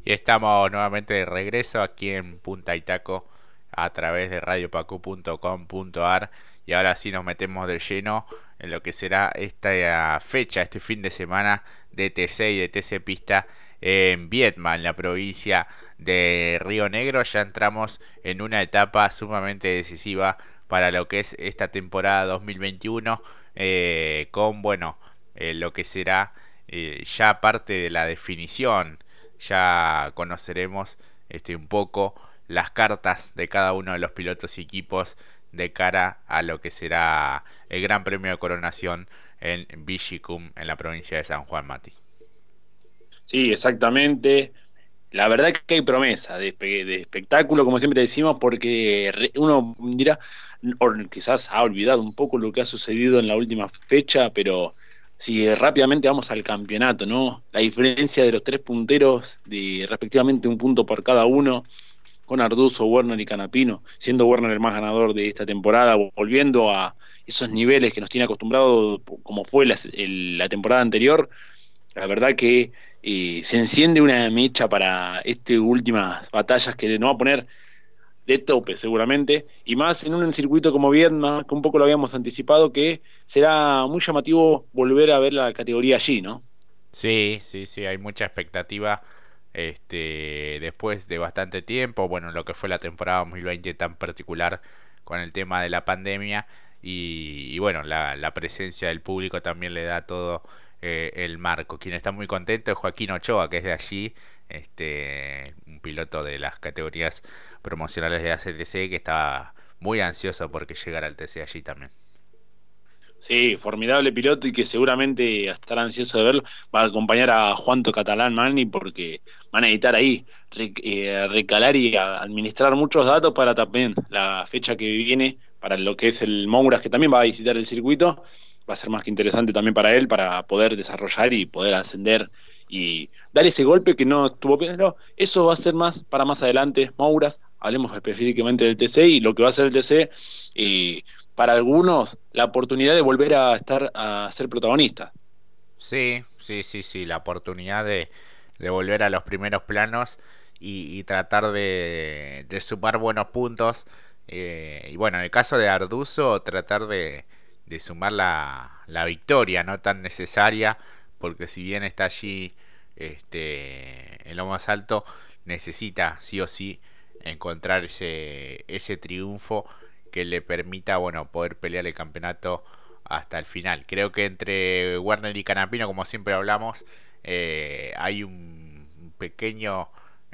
Y estamos nuevamente de regreso aquí en Punta Itaco a través de radiopacu.com.ar y ahora sí nos metemos de lleno en lo que será esta fecha, este fin de semana de TC y de TC Pista en Viedma, en la provincia de Río Negro. Ya entramos en una etapa sumamente decisiva para lo que es esta temporada 2021 con, bueno, lo que será ya parte de la definición. Ya conoceremos un poco las cartas de cada uno de los pilotos y equipos de cara a lo que será el Gran Premio de Coronación en Vigicum, en la provincia de San Juan, Mati. Sí, exactamente. La verdad que hay promesa de espectáculo, como siempre decimos, porque uno dirá, o quizás ha olvidado un poco lo que ha sucedido en la última fecha, pero si rápidamente vamos al campeonato, ¿no? La diferencia de los tres punteros, de respectivamente un punto por cada uno, con Arduzo, Werner y Canapino, siendo Werner el más ganador de esta temporada, volviendo a esos niveles que nos tiene acostumbrado, como fue la temporada anterior. La verdad que se enciende una mecha para estas últimas batallas que nos va a poner de tope seguramente, y más en un circuito como Viedma, que un poco lo habíamos anticipado, que será muy llamativo volver a ver la categoría allí, ¿no? Sí, sí, sí, hay mucha expectativa. Después de bastante tiempo, bueno, lo que fue la temporada 2020 tan particular con el tema de la pandemia y bueno, la presencia del público también le da todo el marco. Quien está muy contento es Joaquín Ochoa, que es de allí, un piloto de las categorías promocionales de ACTC que estaba muy ansioso porque llegara al TC allí también. Sí, formidable piloto y que seguramente estará ansioso de verlo. Va a acompañar a Juanto Catalán Mani porque van a editar ahí, recalar y administrar muchos datos para también la fecha que viene, para lo que es el Mouras, que también va a visitar el circuito. Va a ser más que interesante también para él, para poder desarrollar y poder ascender y dar ese golpe que no estuvo. Pero eso va a ser más para más adelante, Mouras. Hablemos específicamente del TC y lo que va a ser el TC. Para algunos la oportunidad de volver a estar a ser protagonista. Sí, sí, sí, sí, la oportunidad de volver a los primeros planos y tratar de sumar buenos puntos. Y bueno, en el caso de Arduzo, tratar de sumar la victoria, no tan necesaria, porque si bien está allí en lo más alto, necesita sí o sí encontrar ese triunfo que le permita, bueno, poder pelear el campeonato hasta el final. Creo que entre Werner y Canapino, como siempre hablamos, hay un pequeño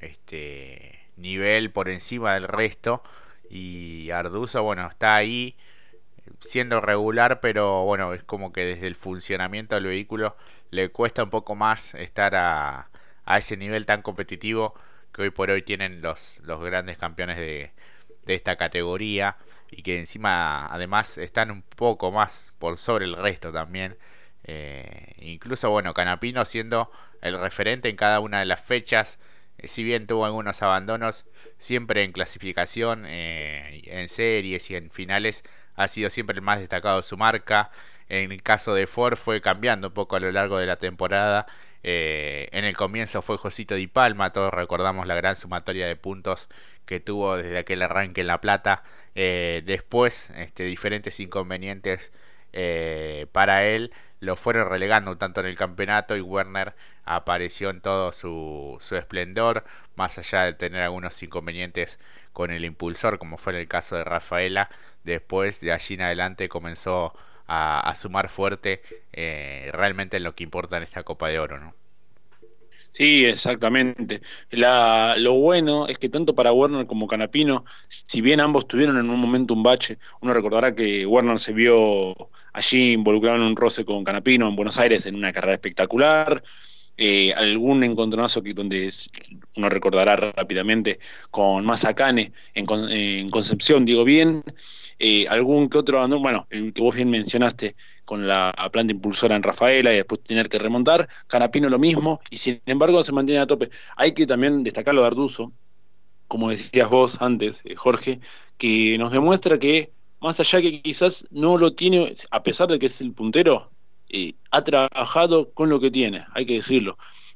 nivel por encima del resto y Arduzo, bueno, está ahí siendo regular, pero bueno, es como que desde el funcionamiento del vehículo le cuesta un poco más estar a ese nivel tan competitivo que hoy por hoy tienen los grandes campeones de esta categoría y que encima además están un poco más por sobre el resto también. Incluso bueno, Canapino siendo el referente en cada una de las fechas, si bien tuvo algunos abandonos, siempre en clasificación, en series y en finales ha sido siempre el más destacado de su marca. En el caso de Ford fue cambiando un poco a lo largo de la temporada. En el comienzo fue Josito Di Palma, todos recordamos la gran sumatoria de puntos que tuvo desde aquel arranque en La Plata. Después, diferentes inconvenientes para él lo fueron relegando tanto en el campeonato y Werner apareció en todo su esplendor, más allá de tener algunos inconvenientes con el impulsor, como fue en el caso de Rafaela. Después de allí en adelante comenzó a sumar fuerte realmente en lo que importa en esta Copa de Oro, ¿no? Sí, exactamente. Lo bueno es que tanto para Werner como Canapino, si bien ambos tuvieron en un momento un bache, uno recordará que Werner se vio allí involucrado en un roce con Canapino en Buenos Aires en una carrera espectacular, algún encontronazo uno recordará rápidamente con Mazacane en Concepción, digo bien, algún que otro, bueno, el que vos bien mencionaste con la planta impulsora en Rafaela y después tener que remontar, Canapino lo mismo, y sin embargo se mantiene a tope. Hay que también destacar lo de Arduzo, como decías vos antes, Jorge, que nos demuestra que más allá que quizás no lo tiene, a pesar de que es el puntero, ha trabajado con lo que tiene, hay que decirlo.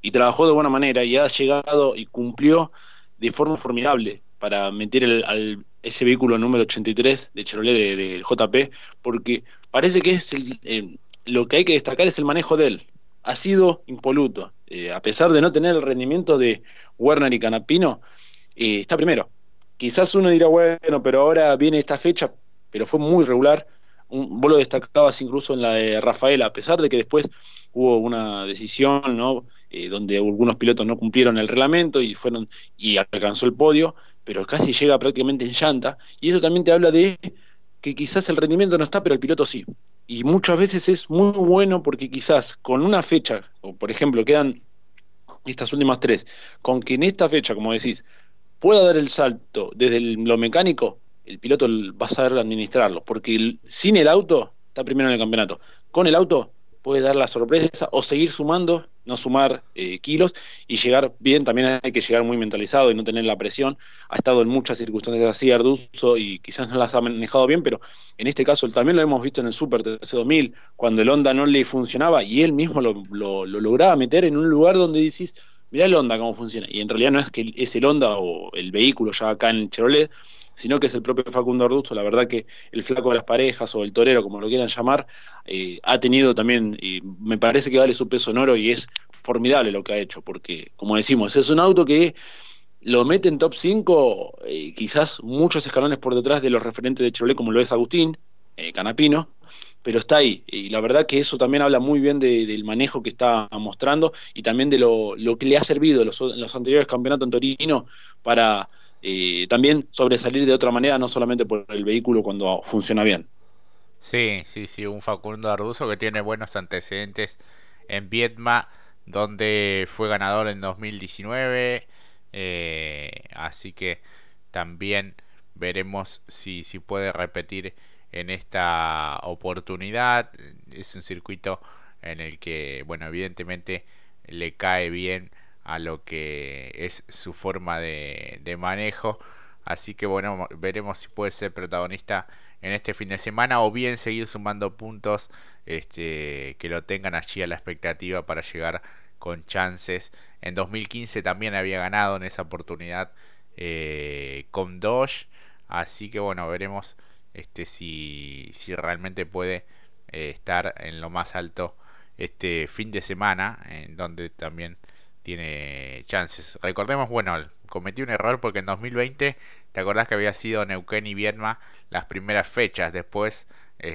y trabajó de buena manera y ha llegado y cumplió de forma formidable para meter ese vehículo número 83 de Chevrolet del JP, porque parece que es lo que hay que destacar es el manejo de él. Ha sido impoluto. A pesar de no tener el rendimiento de Werner y Canapino, está primero. Quizás uno dirá, bueno, pero ahora viene esta fecha, pero fue muy regular. Vos lo destacabas incluso en la de Rafaela, a pesar de que después hubo una decisión, ¿no? Donde algunos pilotos no cumplieron el reglamento y alcanzó el podio, pero casi llega prácticamente en llanta, y eso también te habla de que quizás el rendimiento no está, pero el piloto sí. Y muchas veces es muy bueno porque quizás con una fecha, o por ejemplo quedan estas últimas tres, con que en esta fecha, como decís, pueda dar el salto desde lo mecánico, el piloto va a saber administrarlo, porque sin el auto está primero en el campeonato. Con el auto puede dar la sorpresa o seguir sumando, no sumar kilos y llegar bien. También hay que llegar muy mentalizado y no tener la presión. Ha estado en muchas circunstancias así Arduzo y quizás no las ha manejado bien, pero en este caso también lo hemos visto en el Super TC2000, cuando el Honda no le funcionaba y él mismo lo lograba meter en un lugar donde decís, mirá el Honda cómo funciona. Y en realidad no es que es el Honda o el vehículo ya acá en Chevrolet, sino que es el propio Facundo Arduzo. La verdad que el flaco de las parejas o el torero, como lo quieran llamar, ha tenido también, me parece que vale su peso en oro y es formidable lo que ha hecho, porque como decimos, es un auto que lo mete en top 5, quizás muchos escalones por detrás de los referentes de Chevrolet, como lo es Agustín Canapino, pero está ahí. Y la verdad que eso también habla muy bien del manejo que está mostrando y también de lo que le ha servido en los anteriores campeonatos en Torino para también sobresalir de otra manera, no solamente por el vehículo cuando funciona bien. Sí, sí, sí, un Facundo Arduzo que tiene buenos antecedentes en Viedma, donde fue ganador en 2019. Así que también veremos si puede repetir en esta oportunidad. Es un circuito en el que, bueno, evidentemente le cae bien a lo que es su forma de manejo. Así que bueno, veremos si puede ser protagonista en este fin de semana o bien seguir sumando puntos, que lo tengan allí a la expectativa para llegar con chances. En 2015 también había ganado en esa oportunidad con Dodge, así que bueno, veremos si realmente puede estar en lo más alto este fin de semana, en donde también tiene chances. Recordemos, bueno, cometí un error porque en 2020, ¿te acordás que había sido Neuquén y Viedma las primeras fechas? Después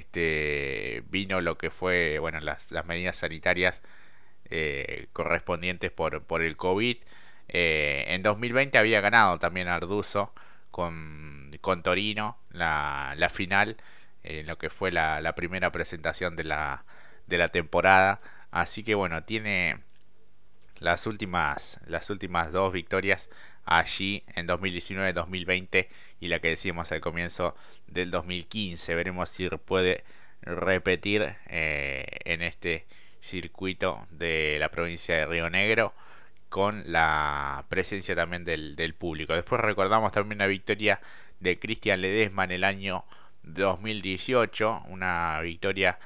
vino lo que fue, bueno, las medidas sanitarias correspondientes por el COVID. En 2020 había ganado también Arduzo con Torino la final, en lo que fue la primera presentación de la temporada. Así que bueno, tiene las últimas dos victorias allí en 2019-2020 y la que decíamos al comienzo del 2015. Veremos si puede repetir en este circuito de la provincia de Río Negro con la presencia también del público. Después recordamos también la victoria de Cristian Ledesma en el año 2018, una victoria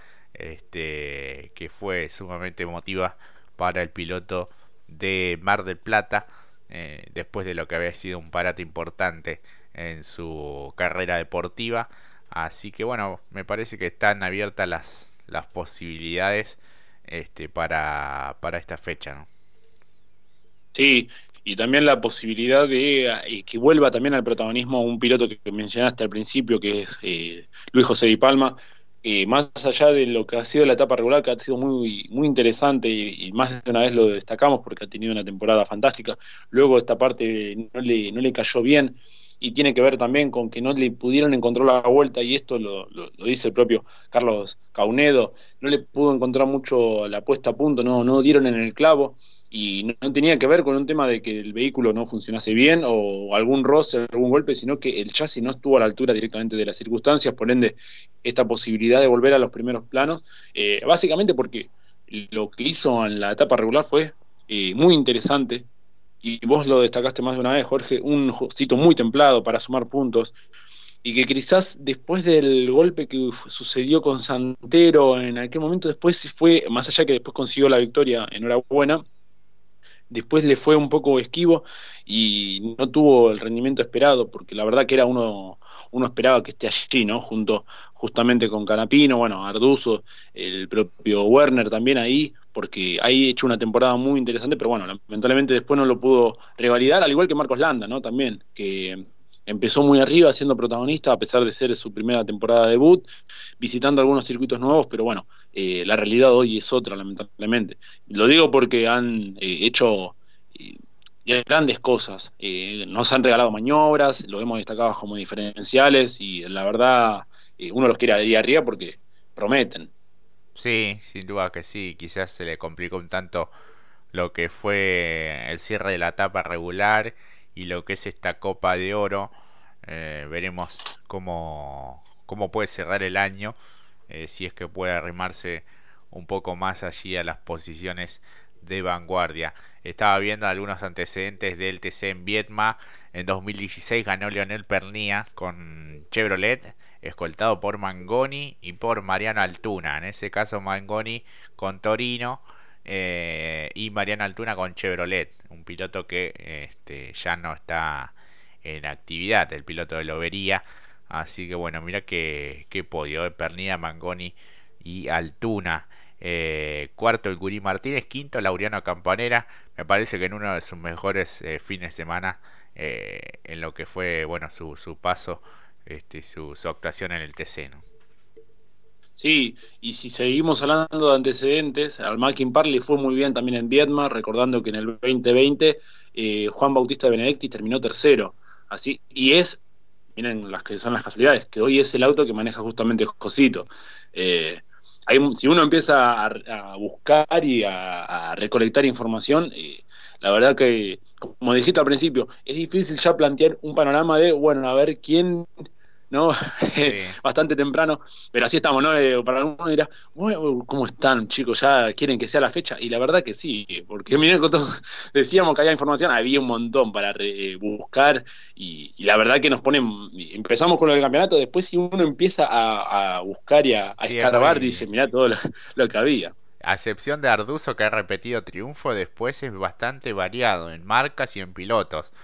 que fue sumamente emotiva para el piloto de Mar del Plata, después de lo que había sido un parate importante en su carrera deportiva. Así que bueno, me parece que están abiertas las posibilidades para esta fecha, ¿no? Sí, y también la posibilidad de que vuelva también al protagonismo un piloto que mencionaste al principio, que es Luis José Di Palma. Más allá de lo que ha sido la etapa regular, que ha sido muy, muy interesante y más de una vez lo destacamos porque ha tenido una temporada fantástica, luego esta parte no le cayó bien y tiene que ver también con que no le pudieron encontrar la vuelta, y esto lo dice el propio Carlos Caunedo. No le pudo encontrar mucho la puesta a punto, no dieron en el clavo, y no tenía que ver con un tema de que el vehículo no funcionase bien o algún roce, algún golpe, sino que el chasis no estuvo a la altura directamente de las circunstancias. Por ende, esta posibilidad de volver a los primeros planos, básicamente porque lo que hizo en la etapa regular fue muy interesante, y vos lo destacaste más de una vez, Jorge, un sitio muy templado para sumar puntos, y que quizás después del golpe que sucedió con Santero en aquel momento, después fue, más allá que después consiguió la victoria, enhorabuena, después le fue un poco esquivo y no tuvo el rendimiento esperado, porque la verdad que era uno esperaba que esté allí, ¿no? Justamente con Canapino, bueno, Arduzo, el propio Werner también ahí, porque ahí hecho una temporada muy interesante, pero bueno, lamentablemente después no lo pudo revalidar, al igual que Marcos Landa, ¿no? También, que empezó muy arriba siendo protagonista, a pesar de ser su primera temporada de debut, visitando algunos circuitos nuevos, pero bueno, la realidad hoy es otra, lamentablemente. Lo digo porque han hecho eh, grandes cosas. Nos han regalado maniobras, lo hemos destacado como diferenciales y la verdad uno los quiere ir arriba porque prometen. Sí, sin duda que sí. Quizás se le complicó un tanto lo que fue el cierre de la etapa regular y lo que es esta Copa de Oro. Veremos cómo puede cerrar el año, si es que puede arrimarse un poco más allí a las posiciones de vanguardia. Estaba viendo algunos antecedentes del TC en Viedma. En 2016 ganó Leonel Pernía con Chevrolet, escoltado por Mangoni y por Mariano Altuna. En ese caso Mangoni con Torino, y Mariano Altuna con Chevrolet, un piloto que ya no está en actividad, el piloto de Lobería. Así que bueno, mira qué podio, Pernilla, Mangoni y Altuna. Cuarto el Gurí Martínez, quinto Laureano Campanera. Me parece que en uno de sus mejores fines de semana, en lo que fue bueno su paso, su actuación en el TC, ¿no? Sí, y si seguimos hablando de antecedentes, al Mackin Park le fue muy bien también en Viedma, recordando que en el 2020 Juan Bautista Benedetti terminó tercero. Así, y es, miren las que son las casualidades, que hoy es el auto que maneja justamente Josito. Eh, si uno empieza a buscar y a recolectar información, la verdad que, como dijiste al principio, es difícil ya plantear un panorama de, bueno, a ver quién, ¿no? Sí, Bastante temprano, pero así estamos, ¿no? Para algunos dirá, bueno, ¿cómo están, chicos? ¿Ya quieren que sea la fecha? Y la verdad que sí, porque miren, decíamos que había información, había un montón para buscar, y la verdad que nos ponen, empezamos con lo del campeonato, después si uno empieza a buscar y a sí, es escarbar, dice, muy... mirá todo lo que había. A excepción de Arduzo, que ha repetido triunfo, después es bastante variado en marcas y en pilotos.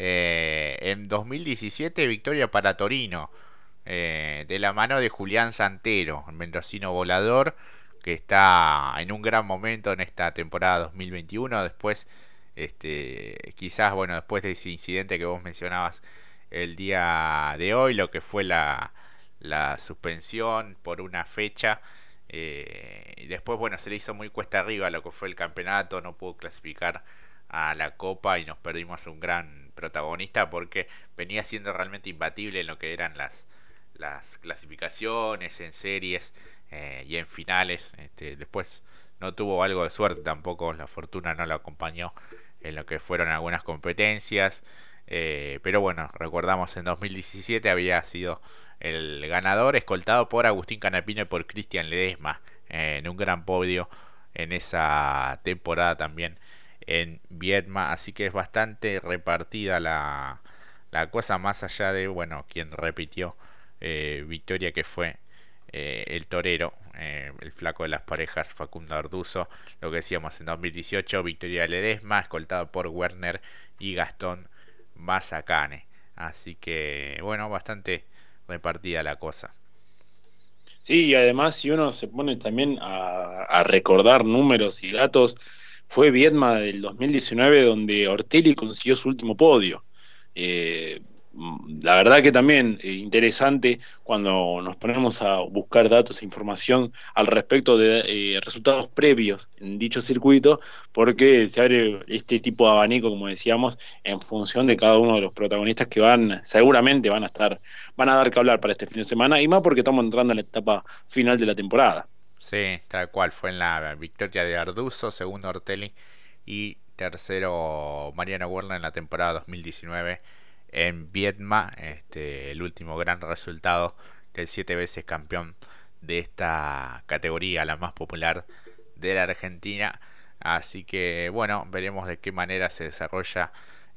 En 2017 victoria para Torino, de la mano de Julián Santero, el mendocino volador, que está en un gran momento en esta temporada 2021. Después, quizás, bueno, después de ese incidente que vos mencionabas el día de hoy, lo que fue la suspensión por una fecha. Y después, bueno, se le hizo muy cuesta arriba lo que fue el campeonato, no pudo clasificar a la Copa y nos perdimos un gran protagonista porque venía siendo realmente imbatible en lo que eran las clasificaciones, en series, y en finales. Después no tuvo algo de suerte tampoco, la fortuna no lo acompañó en lo que fueron algunas competencias. Pero bueno, recordamos en 2017 había sido el ganador, escoltado por Agustín Canapino y por Cristian Ledesma, en un gran podio en esa temporada también en Viedma. Así que es bastante repartida la cosa, más allá de, bueno, quien repitió victoria, que fue el torero, el flaco de las parejas, Facundo Arduzo. Lo que decíamos en 2018, victoria de Ledesma, escoltado por Werner y Gastón Mazacane. Así que, bueno, bastante repartida la cosa. Sí, y además si uno se pone también a recordar números y datos, fue Viedma del 2019 donde Ortelli consiguió su último podio. Eh, la verdad que también interesante cuando nos ponemos a buscar datos e información al respecto de resultados previos en dicho circuito, porque se abre este tipo de abanico, como decíamos, en función de cada uno de los protagonistas que seguramente van a dar que hablar para este fin de semana, y más porque estamos entrando en la etapa final de la temporada. Sí, tal cual. Fue en la victoria de Arduzo, segundo Ortelli y tercero Mariano Werner en la temporada 2019 en Viedma. El último gran resultado del 7 veces campeón de esta categoría, la más popular de la Argentina. Así que bueno, veremos de qué manera se desarrolla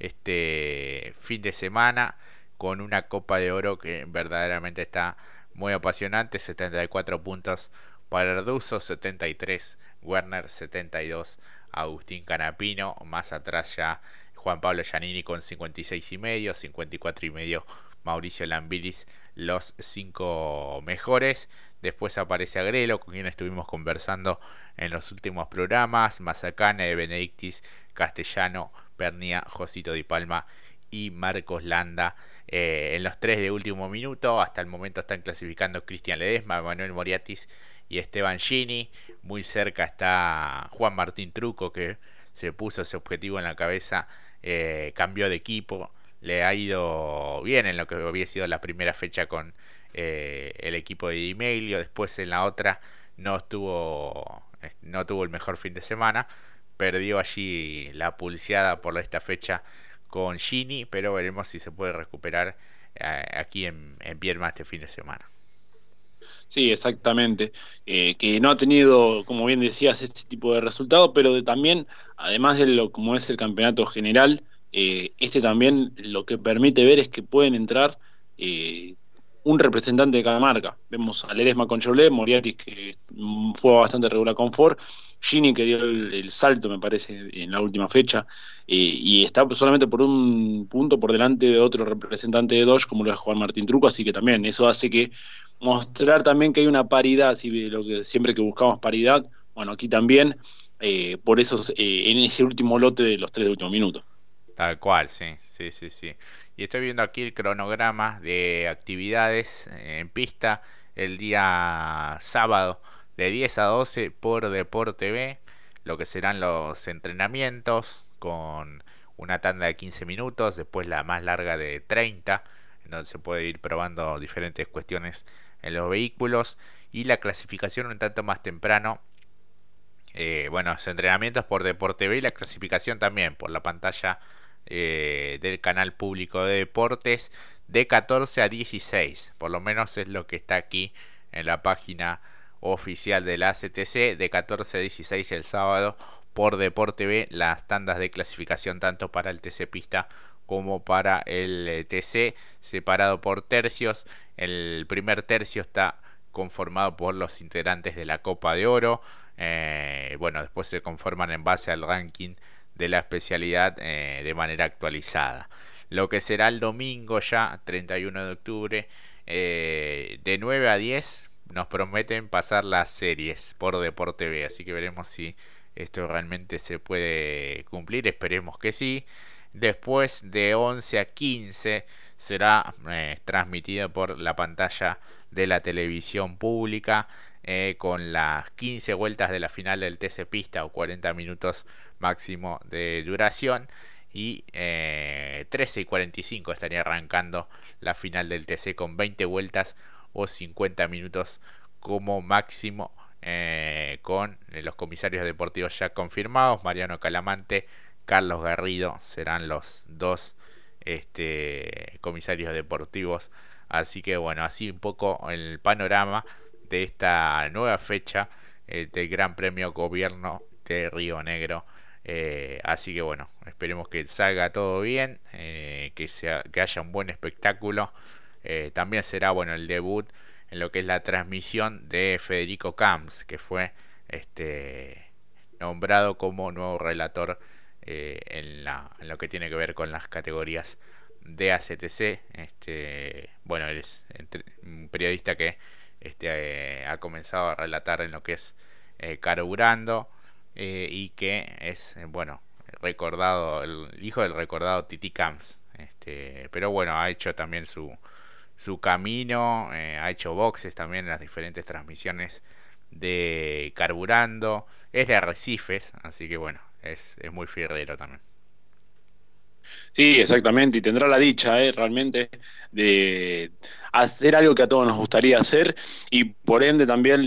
este fin de semana con una Copa de Oro que verdaderamente está muy apasionante. 74 puntos para Arduzo, 73 Werner, 72 Agustín Canapino, más atrás ya Juan Pablo Giannini con 56,5, 54,5 Mauricio Lambiris, los 5 mejores. Después aparece Agrelo, con quien estuvimos conversando en los últimos programas, Mazacane, Benedictis, Castellano, Pernia, Josito Di Palma y Marcos Landa. En los 3 de último minuto, hasta el momento están clasificando Cristian Ledesma, Manuel Moriatis y Esteban Gini. Muy cerca está Juan Martín Truco, que se puso ese objetivo en la cabeza, cambió de equipo, le ha ido bien en lo que había sido la primera fecha con el equipo de Di Meglio. Después en la otra no tuvo el mejor fin de semana, perdió allí la pulseada por esta fecha con Gini, pero veremos si se puede recuperar aquí en Vierma este fin de semana. Sí, exactamente. Que no ha tenido, como bien decías, este tipo de resultados, pero también, además de lo como es el campeonato general, este también lo que permite ver es que pueden entrar eh, un representante de cada marca. Vemos a Ledesma con Chevrolet, Moriatis que fue bastante regular con Ford, Gini que dio el salto, me parece, en la última fecha, y está solamente por un punto por delante de otro representante de Dodge, como lo es Juan Martín Truco, así que también eso hace que mostrar también que hay una paridad, si lo que siempre que buscamos paridad, bueno, aquí también, por eso en ese último lote de los 3 de último minuto. Tal cual, sí, sí, sí, sí. Y estoy viendo aquí el cronograma de actividades en pista el día sábado de 10 a 12 por Deporte B, lo que serán los entrenamientos con una tanda de 15 minutos, después la más larga de 30, en donde se puede ir probando diferentes cuestiones en los vehículos, y la clasificación un tanto más temprano. Bueno, los entrenamientos por Deporte B y la clasificación también por la pantalla del canal público de deportes de 14 a 16, por lo menos es lo que está aquí en la página oficial de la ACTC, de 14 a 16 el sábado por Deporte B, las tandas de clasificación tanto para el TC Pista como para el TC, separado por tercios. El primer tercio está conformado por los integrantes de la Copa de Oro. Bueno, después se conforman en base al ranking de la especialidad de manera actualizada. Lo que será el domingo ya, 31 de octubre, de 9 a 10 nos prometen pasar las series por Deporte B, así que veremos si esto realmente se puede cumplir, esperemos que sí. Después de 11 a 15 será transmitida por la pantalla de la televisión pública, con las 15 vueltas de la final del TC Pista, o 40 minutos máximo de duración, y 13 y 45 estaría arrancando la final del TC con 20 vueltas o 50 minutos como máximo, con los comisarios deportivos ya confirmados. Mariano Calamante, Carlos Garrido serán los dos comisarios deportivos. Así que bueno, así un poco el panorama de esta nueva fecha del Gran Premio Gobierno de Río Negro. Así que bueno, esperemos que salga todo bien, que haya un buen espectáculo. También será bueno el debut en lo que es la transmisión de Federico Camps, que fue nombrado como nuevo relator en lo que tiene que ver con las categorías de ACTC. Bueno, él es un periodista que ha comenzado a relatar en lo que es carburando, y que es bueno recordado, el hijo del recordado Titi Camps, pero bueno, ha hecho también su camino, ha hecho boxes también en las diferentes transmisiones de carburando, es de Arrecifes, así que bueno, es muy fierrero también. Sí, exactamente, y tendrá la dicha, realmente, de hacer algo que a todos nos gustaría hacer y por ende también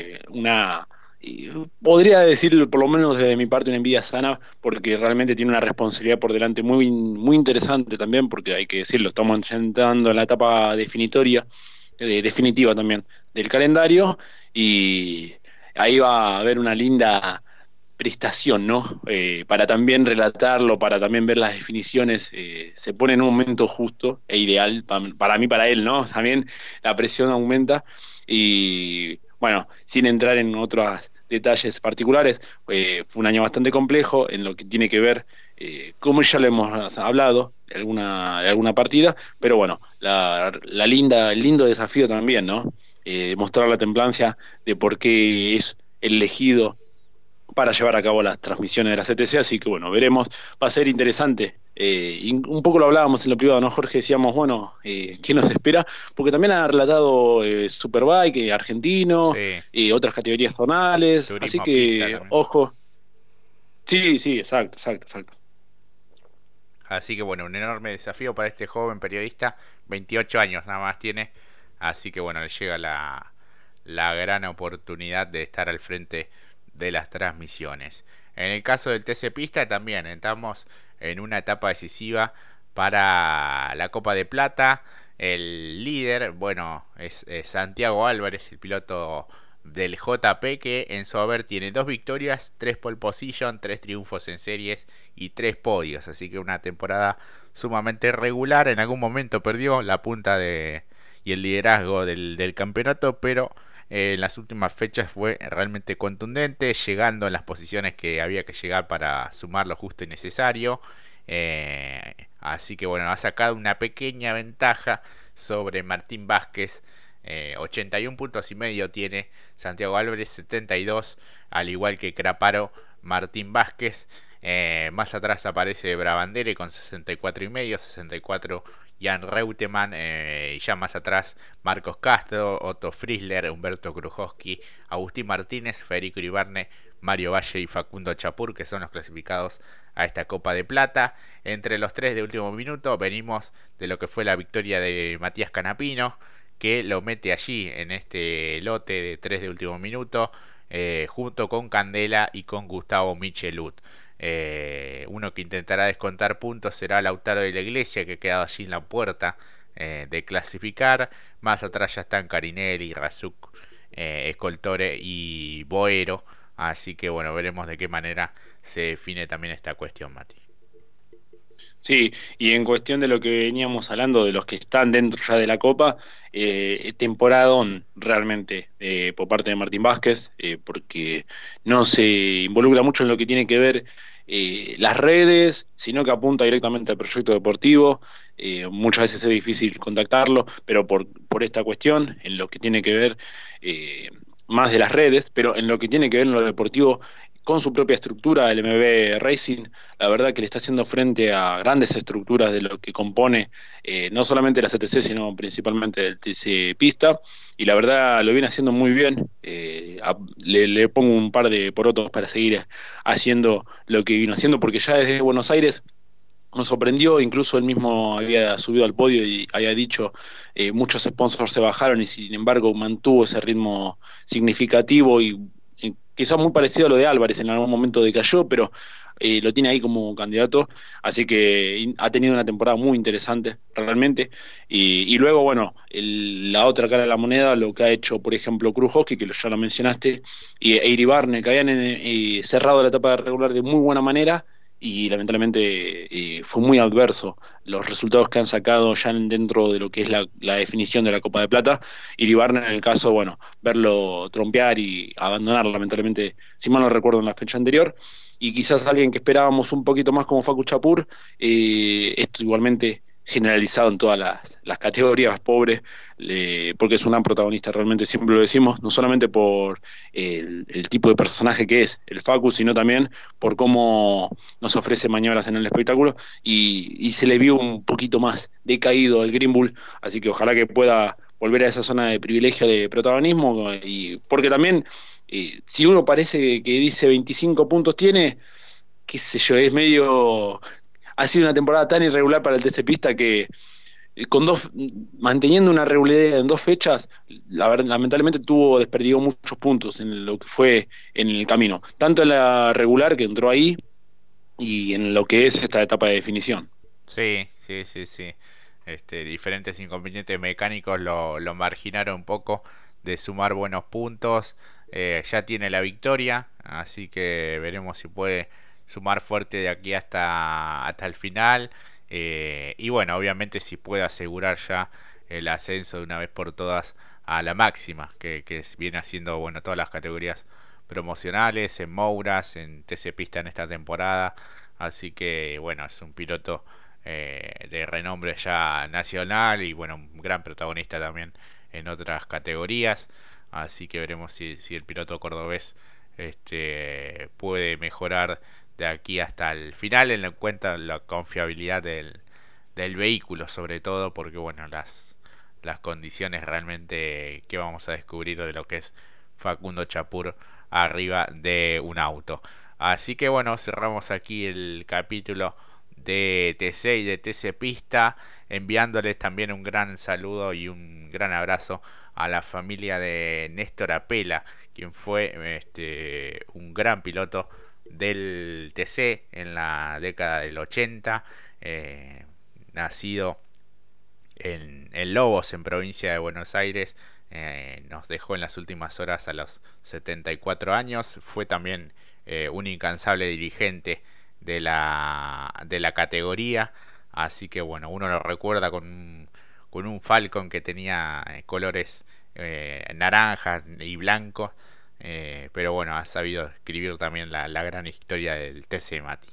podría decir, por lo menos desde mi parte, una envidia sana, porque realmente tiene una responsabilidad por delante muy, muy interesante también, porque hay que decirlo, estamos entrando en la etapa definitoria, definitiva también, del calendario y ahí va a haber una linda prestación, ¿no? Para también relatarlo, para también ver las definiciones, se pone en un momento justo e ideal para mí, para él, ¿no? También la presión aumenta y, bueno, sin entrar en otras detalles particulares. Fue un año bastante complejo en lo que tiene que ver, como ya lo hemos hablado, de alguna partida, pero bueno, el lindo desafío también, ¿no? Mostrar la templancia de por qué es elegido para llevar a cabo las transmisiones de la CTC, así que bueno, veremos, va a ser interesante. Y un poco lo hablábamos en lo privado, ¿no, Jorge? Decíamos, bueno, ¿qué nos espera? Porque también ha relatado Superbike, argentino, Sí, otras categorías zonales, así turismo pista que, también. ojo. Sí, sí, exacto, exacto, exacto. Así que bueno, un enorme desafío para este joven periodista, 28 años nada más tiene, así que bueno, le llega la gran oportunidad de estar al frente de las transmisiones. En el caso del TC Pista también estamos en una etapa decisiva para la Copa de Plata. El líder, bueno, es Santiago Álvarez, el piloto del JP, que en su haber tiene 2 victorias, 3 pole position, 3 triunfos en series y 3 podios. Así que una temporada sumamente regular. En algún momento perdió la punta y el liderazgo del campeonato, pero en las últimas fechas fue realmente contundente, llegando en las posiciones que había que llegar para sumar lo justo y necesario. Así que bueno, ha sacado una pequeña ventaja sobre Martín Vázquez. 81 puntos y medio tiene Santiago Álvarez, 72, al igual que Craparo, Martín Vázquez. Más atrás aparece Brabandere con 64 y medio, 64 Jan Reutemann, y ya más atrás Marcos Castro, Otto Friesler, Humberto Krujowski, Agustín Martínez, Federico Iribarne, Mario Valle y Facundo Chapur, que son los clasificados a esta Copa de Plata. Entre los tres de último minuto venimos de lo que fue la victoria de Matías Canapino, que lo mete allí en este lote de 3 de último minuto, junto con Candela y con Gustavo Michelud. Uno que intentará descontar puntos será Lautaro de la Iglesia, que ha quedado allí en la puerta de clasificar. Más atrás ya están Carinelli, Razuk, Escoltore y Boero. Así que bueno, veremos de qué manera se define también esta cuestión, Mati. Sí, y en cuestión de lo que veníamos hablando, de los que están dentro ya de la Copa, temporadón realmente por parte de Martín Vázquez, porque no se involucra mucho en lo que tiene que ver las redes, sino que apunta directamente al proyecto deportivo. Muchas veces es difícil contactarlo, pero por esta cuestión, en lo que tiene que ver eh, más de las redes, pero en lo que tiene que ver en lo deportivo, con su propia estructura, el MB Racing, la verdad que le está haciendo frente a grandes estructuras de lo que compone no solamente la CTC, sino principalmente el TC Pista, y la verdad lo viene haciendo muy bien. Le pongo un par de porotos para seguir haciendo lo que vino haciendo, porque ya desde Buenos Aires nos sorprendió, incluso él mismo había subido al podio y había dicho, muchos sponsors se bajaron y sin embargo mantuvo ese ritmo significativo y quizás muy parecido a lo de Álvarez, en algún momento decayó, pero lo tiene ahí como candidato, así que ha tenido una temporada muy interesante realmente. Y luego, bueno, la otra cara de la moneda, lo que ha hecho, por ejemplo, Krujowski, que ya lo mencionaste, y Eiri Barne, que habían cerrado la etapa regular de muy buena manera y lamentablemente fue muy adverso los resultados que han sacado ya dentro de lo que es la definición de la Copa de Plata. Iribarne en el caso, bueno, verlo trompear y abandonar lamentablemente, si mal no recuerdo, en la fecha anterior. Y quizás alguien que esperábamos un poquito más como Facu Chapur, esto igualmente generalizado en todas las categorías pobres, porque es un gran protagonista, realmente siempre lo decimos, no solamente por el tipo de personaje que es el Facu, sino también por cómo nos ofrece maniobras en el espectáculo y se le vio un poquito más decaído el Green Bull, así que ojalá que pueda volver a esa zona de privilegio de protagonismo y porque también si uno parece que dice 25 puntos tiene, qué sé yo, es medio ha sido una temporada tan irregular para el TC Pista que con dos, manteniendo una regularidad en 2 fechas, la verdad, lamentablemente desperdió muchos puntos en lo que fue en el camino, tanto en la regular que entró ahí y en lo que es esta etapa de definición. Sí, sí, sí, sí. Diferentes inconvenientes mecánicos lo marginaron un poco de sumar buenos puntos. Ya tiene la victoria, así que veremos si puede sumar fuerte de aquí hasta el final. Y bueno, obviamente si puede asegurar ya el ascenso de una vez por todas a la máxima, que viene haciendo bueno todas las categorías promocionales, en Mouras, en TC Pista en esta temporada. Así que bueno, es un piloto de renombre ya nacional y bueno, un gran protagonista también en otras categorías. Así que veremos si el piloto cordobés puede mejorar de aquí hasta el final, en cuenta la confiabilidad del vehículo, sobre todo porque bueno, las condiciones realmente que vamos a descubrir de lo que es Facundo Chapur arriba de un auto. Así que bueno, cerramos aquí el capítulo de TC y de TC Pista, enviándoles también un gran saludo y un gran abrazo a la familia de Néstor Apela, quien fue un gran piloto del TC en la década del 80, nacido en Lobos, en provincia de Buenos Aires. Nos dejó en las últimas horas a los 74 años. Fue también un incansable dirigente de la categoría. Así que bueno, uno lo recuerda con un Falcon que tenía colores naranjas y blancos. Pero bueno, ha sabido escribir también la gran historia del TC, Mati.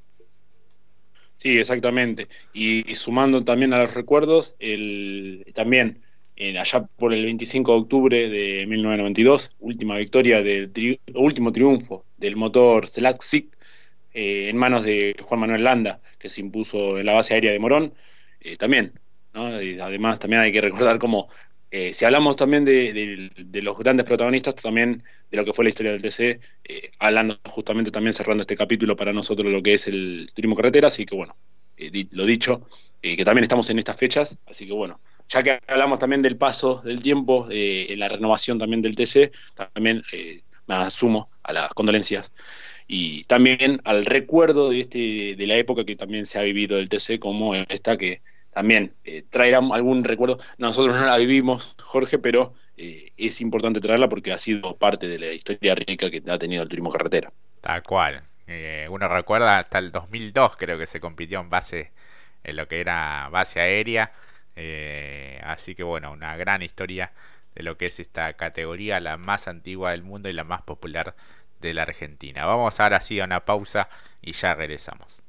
Sí, exactamente. Y sumando también a los recuerdos, también allá por el 25 de octubre de 1992, última victoria último triunfo del motor Slack en manos de Juan Manuel Landa, que se impuso en la base aérea de Morón, también, ¿no? Y además también hay que recordar cómo, si hablamos también de los grandes protagonistas, también de lo que fue la historia del TC, hablando justamente también cerrando este capítulo para nosotros lo que es el turismo carretera, así que bueno, lo dicho, que también estamos en estas fechas, así que bueno, ya que hablamos también del paso del tiempo, en la renovación también del TC, también me asumo a las condolencias y también al recuerdo de la época que también se ha vivido el TC como esta que también traerá algún recuerdo. Nosotros no la vivimos, Jorge, pero es importante traerla porque ha sido parte de la historia rica que ha tenido el turismo carretera. Tal cual. Uno recuerda hasta el 2002 creo que se compitió en lo que era base aérea. Así que bueno, una gran historia de lo que es esta categoría, la más antigua del mundo y la más popular de la Argentina. Vamos ahora sí a una pausa y ya regresamos.